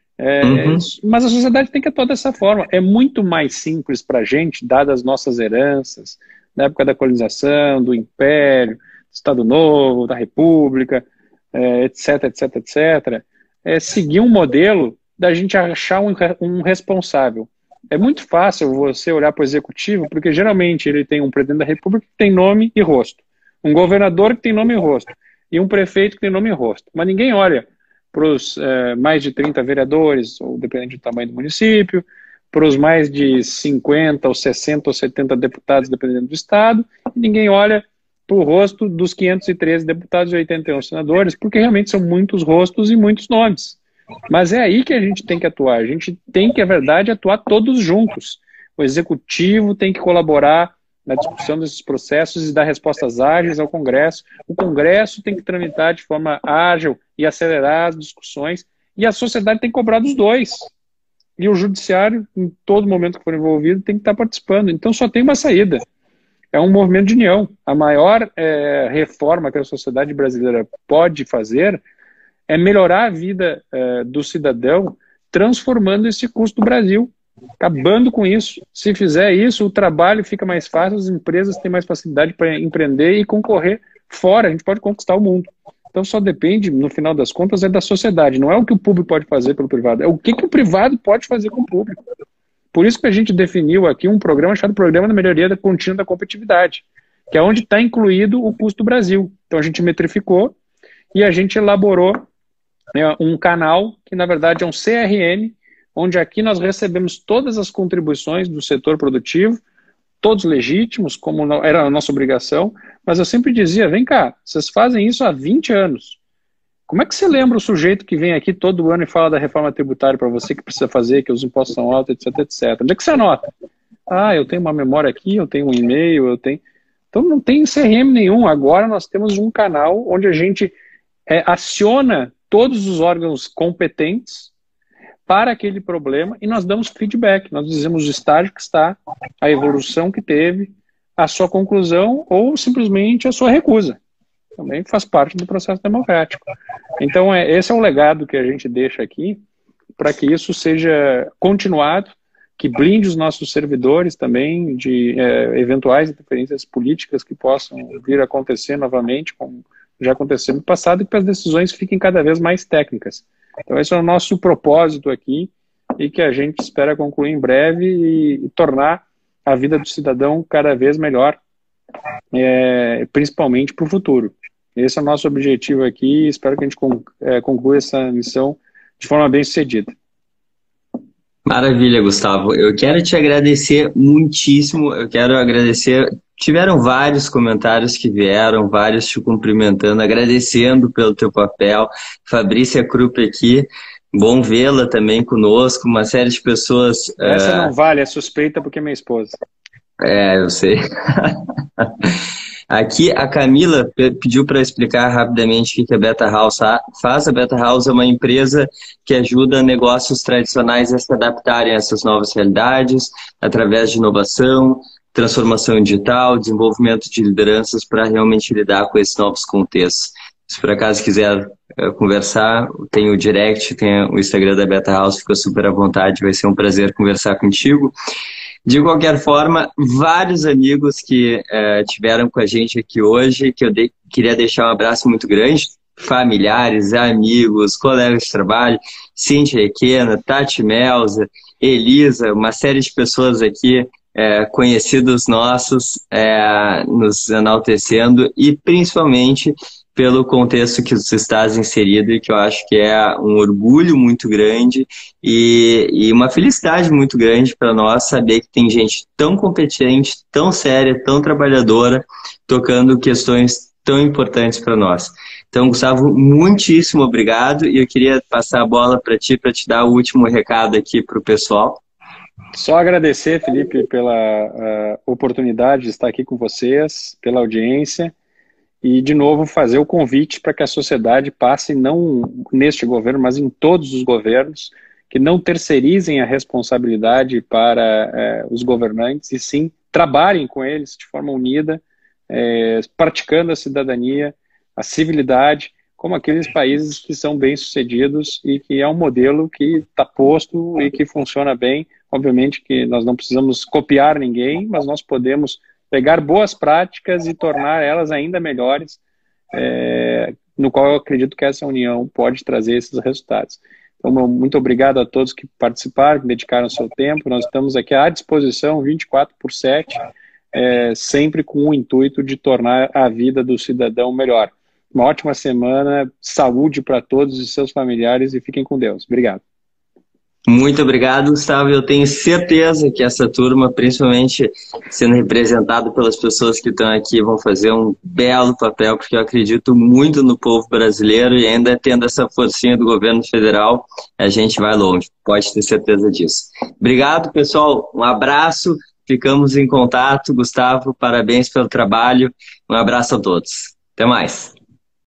Mas a sociedade tem que atuar dessa forma. É muito mais simples para a gente, dadas as nossas heranças, na época da colonização, do Império, do Estado Novo, da República, etc, etc, etc, seguir um modelo da gente achar um responsável. É muito fácil você olhar para o executivo, porque geralmente ele tem um presidente da República que tem nome e rosto, um governador que tem nome e rosto, e um prefeito que tem nome e rosto. Mas ninguém olha para os mais de 30 vereadores, ou dependendo do tamanho do município, para os mais de 50 ou 60 ou 70 deputados, dependendo do estado, e ninguém olha para o rosto dos 513 deputados e 81 senadores, porque realmente são muitos rostos e muitos nomes. Mas é aí que a gente tem que atuar. A gente tem que, na verdade, atuar todos juntos. O executivo tem que colaborar na discussão desses processos e dar respostas ágeis ao Congresso. O Congresso tem que tramitar de forma ágil e acelerar as discussões. E a sociedade tem que cobrar dos dois. E o judiciário, em todo momento que for envolvido, tem que estar participando. Então só tem uma saída. É um movimento de união. A maior reforma que a sociedade brasileira pode fazer é melhorar a vida do cidadão, transformando esse custo do Brasil, acabando com isso. Se fizer isso, o trabalho fica mais fácil, as empresas têm mais facilidade para empreender e concorrer fora. A gente pode conquistar o mundo. Então só depende, no final das contas, da sociedade. Não é o que o público pode fazer pelo privado, é o que o privado pode fazer com o público. Por isso que a gente definiu aqui um programa chamado Programa da Melhoria Contínua da Competitividade, que é onde está incluído o custo do Brasil. Então a gente metrificou e a gente elaborou um canal que na verdade é um CRM, onde aqui nós recebemos todas as contribuições do setor produtivo, todos legítimos, como era a nossa obrigação, mas eu sempre dizia, vem cá, vocês fazem isso há 20 anos. Como é que você lembra o sujeito que vem aqui todo ano e fala da reforma tributária para você que precisa fazer, que os impostos são altos, etc, etc? Onde é que você anota? Eu tenho uma memória aqui, eu tenho um e-mail, eu tenho... Então não tem CRM nenhum. Agora nós temos um canal onde a gente aciona todos os órgãos competentes para aquele problema e nós damos feedback. Nós dizemos o estágio que está, a evolução que teve, a sua conclusão ou simplesmente a sua recusa. Também faz parte do processo democrático. Então, esse é o legado que a gente deixa aqui para que isso seja continuado, que blinde os nossos servidores também de eventuais interferências políticas que possam vir a acontecer novamente, como já aconteceu no passado, e que as decisões fiquem cada vez mais técnicas. Então esse é o nosso propósito aqui, e que a gente espera concluir em breve e tornar a vida do cidadão cada vez melhor, principalmente para o futuro. Esse é o nosso objetivo aqui, e espero que a gente conclua essa missão de forma bem sucedida. Maravilha, Gustavo. Eu quero te agradecer muitíssimo. Eu quero agradecer. Tiveram vários comentários que vieram, vários te cumprimentando, agradecendo pelo teu papel. Fabrícia Krupp aqui, bom vê-la também conosco. Uma série de pessoas. Essa não vale, é suspeita porque é minha esposa. Eu sei. Aqui a Camila pediu para explicar rapidamente o que a Beta House faz. A Beta House é uma empresa que ajuda negócios tradicionais a se adaptarem a essas novas realidades através de inovação, transformação digital, desenvolvimento de lideranças para realmente lidar com esses novos contextos. Se por acaso quiser conversar, tem o direct, tem o Instagram da Beta House, fica super à vontade, vai ser um prazer conversar contigo. De qualquer forma, vários amigos que tiveram com a gente aqui hoje, que eu queria deixar um abraço muito grande, familiares, amigos, colegas de trabalho, Cíntia Requena, Tati Melza, Elisa, uma série de pessoas aqui, conhecidos nossos, nos enaltecendo, e principalmente pelo contexto que você está inserido, e que eu acho que é um orgulho muito grande e uma felicidade muito grande para nós saber que tem gente tão competente, tão séria, tão trabalhadora, tocando questões tão importantes para nós. Então, Gustavo, muitíssimo obrigado, e eu queria passar a bola para te dar o último recado aqui para o pessoal. Só agradecer, Felipe, pela oportunidade de estar aqui com vocês, pela audiência, e, de novo, fazer o convite para que a sociedade passe, não neste governo, mas em todos os governos, que não terceirizem a responsabilidade para os governantes, e sim trabalhem com eles de forma unida, praticando a cidadania, a civilidade, como aqueles países que são bem-sucedidos e que é um modelo que está posto e que funciona bem. Obviamente que nós não precisamos copiar ninguém, mas nós podemos pegar boas práticas e tornar elas ainda melhores, no qual eu acredito que essa união pode trazer esses resultados. Então, muito obrigado a todos que participaram, que dedicaram o seu tempo. Nós estamos aqui à disposição 24/7, sempre com o intuito de tornar a vida do cidadão melhor. Uma ótima semana, saúde para todos e seus familiares, e fiquem com Deus. Obrigado. Muito obrigado, Gustavo. Eu tenho certeza que essa turma, principalmente sendo representada pelas pessoas que estão aqui, vão fazer um belo papel, porque eu acredito muito no povo brasileiro, e ainda tendo essa forcinha do governo federal, a gente vai longe. Pode ter certeza disso. Obrigado, pessoal. Um abraço. Ficamos em contato. Gustavo, parabéns pelo trabalho. Um abraço a todos. Até mais.